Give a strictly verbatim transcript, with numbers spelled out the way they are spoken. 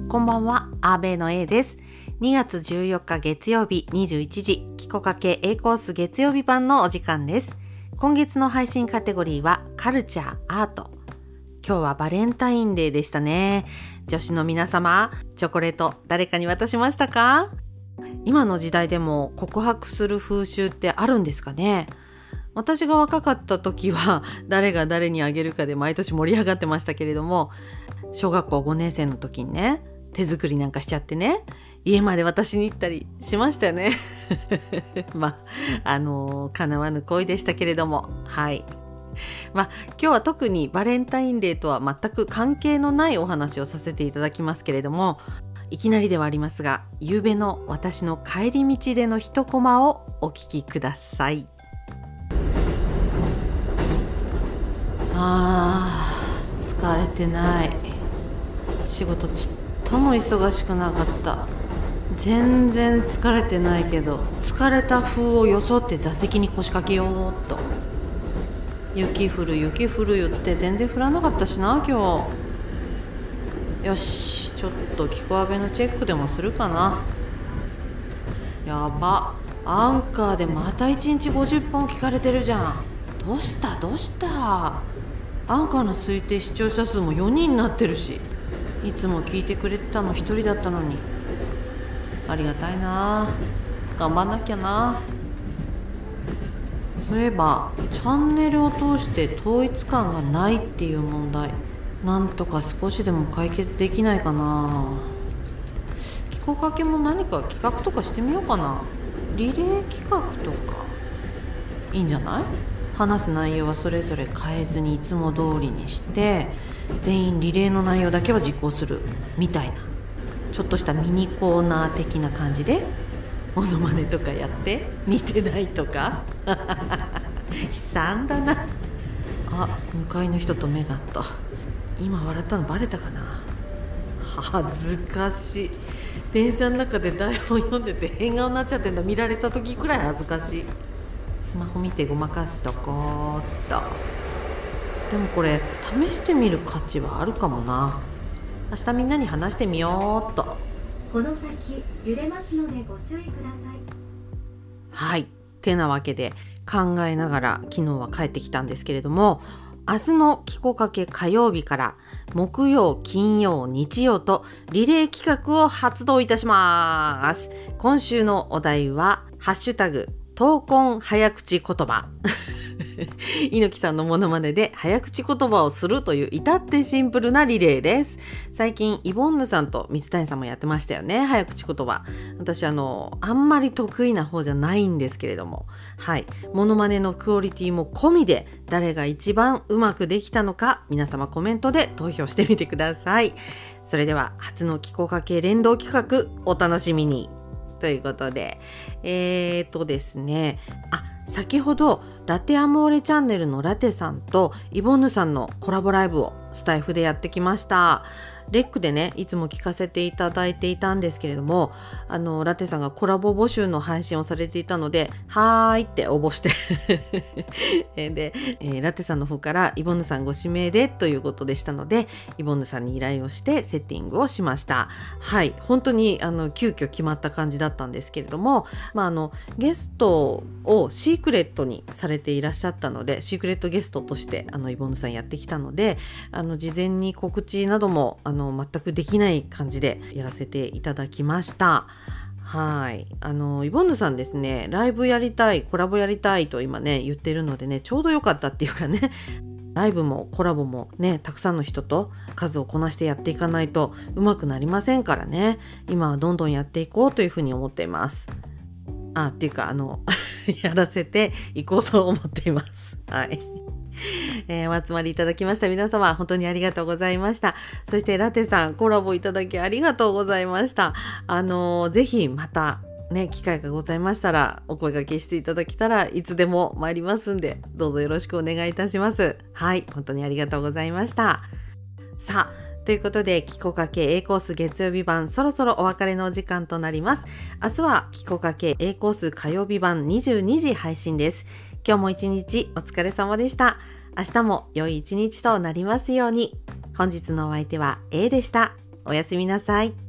こんばんは、アーベイの A です。にがつじゅうよっか月曜日にじゅういちじ、キコカケ A コース月曜日版のお時間です。今月の配信カテゴリーはカルチャー、アート。今日はバレンタインデーでしたね。女子の皆様、チョコレート誰かに渡しましたか？今の時代でも告白する風習ってあるんですかね？私が若かった時は誰が誰にあげるかで毎年盛り上がってましたけれども、小学校ごねん生の時にね、手作りなんかしちゃってね、家まで渡しに行ったりしましたよねまああのー、叶わぬ恋でしたけれども、はいまあ今日は特にバレンタインデーとは全く関係のないお話をさせていただきますけれども、いきなりではありますが、夕べの私の帰り道での一コマをお聞きください。あー、疲れてない。仕事ちっとも忙しくなかった。全然疲れてないけど、疲れた風を装って座席に腰掛けようっと。雪降る雪降る言って全然降らなかったしな今日。よし、ちょっとキコアベのチェックでもするかな。やば、アンカーでまたいちにちごじゅっぽん聞かれてるじゃん。どうしたどうした。アンカーの推定視聴者数もよにんになってるし、いつも聞いてくれてたのひとりだったのに。ありがたいな、頑張んなきゃな。そういえばチャンネルを通して統一感がないっていう問題、なんとか少しでも解決できないかな。キコカケも何か企画とかしてみようかな。リレー企画とかいいんじゃない？話す内容はそれぞれ変えずにいつも通りにして、全員リレーの内容だけは実行するみたいな、ちょっとしたミニコーナー的な感じでモノマネとかやって似てないとか悲惨だな。あ、向かいの人と目が合った。今笑ったのバレたかな。恥ずかしい。電車の中で台本読んでて変顔になっちゃってるの見られた時くらい恥ずかしい。スマホ見てごまかしとこうっと。でもこれ試してみる価値はあるかもな。明日みんなに話してみようっと。 この先揺れますのでご注意ください。 はい、てなわけで考えながら昨日は帰ってきたんですけれども、明日のキコカケ火曜日から木曜、金曜、日曜とリレー企画を発動いたします。今週のお題はハッシュタグ闘魂早口言葉猪木さんのモノマネで早口言葉をするという至ってシンプルなリレーです。最近イボンヌさんと水谷さんもやってましたよね、早口言葉。私あのあんまり得意な方じゃないんですけれども、はいモノマネのクオリティも込みで誰が一番うまくできたのか、皆様コメントで投票してみてください。それでは初のキコカケ連動企画お楽しみにということで、えーとですねあ先ほどラテアモーレチャンネルのラテさんとイボンヌさんのコラボライブをスタイフでやってきました。レックでねいつも聞かせていただいていたんですけれども、あのラテさんがコラボ募集の配信をされていたので、はーいって応募してで、えー、ラテさんの方からイボンヌさんご指名でということでしたので、イボンヌさんに依頼をしてセッティングをしました。はい、本当にあの急遽決まった感じだったんですけれども、まあ、あのゲストをシークレットにされていらっしゃったので、シークレットゲストとしてあのイボンヌさんやってきたので、あの事前に告知などもあの全くできない感じでやらせていただきました。はい、あのイボンヌさんですね、ライブやりたい、コラボやりたいと今ね言ってるのでね、ちょうど良かったっていうかね、ライブもコラボもねたくさんの人と数をこなしてやっていかないとうまくなりませんからね、今はどんどんやっていこうというふうに思っています。あっていうかあのやらせていこうと思っています。はい、えー、お集まりいただきました皆様本当にありがとうございました。そしてラテさんコラボいただきありがとうございました。あのー、ぜひまたね機会がございましたらお声掛けしていただけたらいつでも参りますんで、どうぞよろしくお願いいたします。はい、本当にありがとうございました。さあということで、キコカケ A コース月曜日版そろそろお別れのお時間となります。明日はキコカケ A コース火曜日版にじゅうにじ配信です。今日も一日お疲れ様でした。明日も良い一日となりますように。本日のお相手は A でした。 おやすみなさい。